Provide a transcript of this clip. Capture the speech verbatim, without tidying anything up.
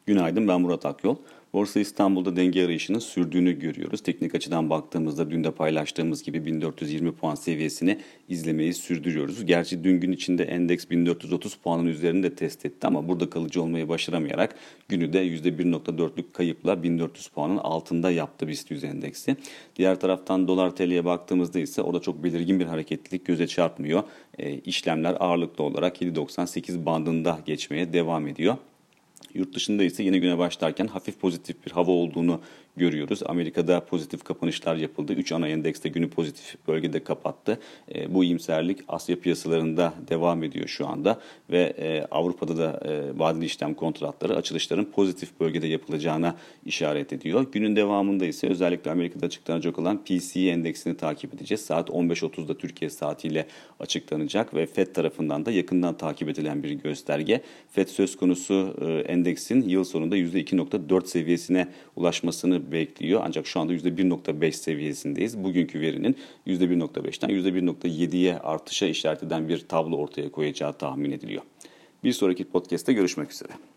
Günaydın, ben Murat Akyol. Borsa İstanbul'da denge arayışının sürdüğünü görüyoruz. Teknik açıdan baktığımızda dün de paylaştığımız gibi bin dört yüz yirmi puan seviyesini izlemeyi sürdürüyoruz. Gerçi dün gün içinde endeks bin dört yüz otuz puanın üzerinde de test etti ama burada kalıcı olmayı başaramayarak günü de yüzde bir virgül dörtlük kayıpla bin dört yüz puanın altında yaptı BIST yüz endeksi. Diğer taraftan dolar T L'ye baktığımızda ise orada çok belirgin bir hareketlilik göze çarpmıyor. E, işlemler ağırlıklı olarak yedi doksan sekiz bandında geçmeye devam ediyor. Yurt dışında ise yeni güne başlarken hafif pozitif bir hava olduğunu görüyoruz. Amerika'da pozitif kapanışlar yapıldı. üç ana endekste günü pozitif bölgede kapattı. E, bu iyimserlik Asya piyasalarında devam ediyor şu anda ve e, Avrupa'da da e, vadeli işlem kontratları açılışların pozitif bölgede yapılacağına işaret ediyor. Günün devamında ise özellikle Amerika'da açıklanacak olan P C E endeksini takip edeceğiz. Saat on beş otuzda Türkiye saatiyle açıklanacak ve Fed tarafından da yakından takip edilen bir gösterge. Fed söz konusu e, endeksin yıl sonunda yüzde iki virgül dört seviyesine ulaşmasını bekliyor. Ancak şu anda yüzde bir virgül beş seviyesindeyiz. Bugünkü verinin yüzde bir virgül beşten yüzde bir virgül yediye artışa işaret eden bir tablo ortaya koyacağı tahmin ediliyor. Bir sonraki podcast'te görüşmek üzere.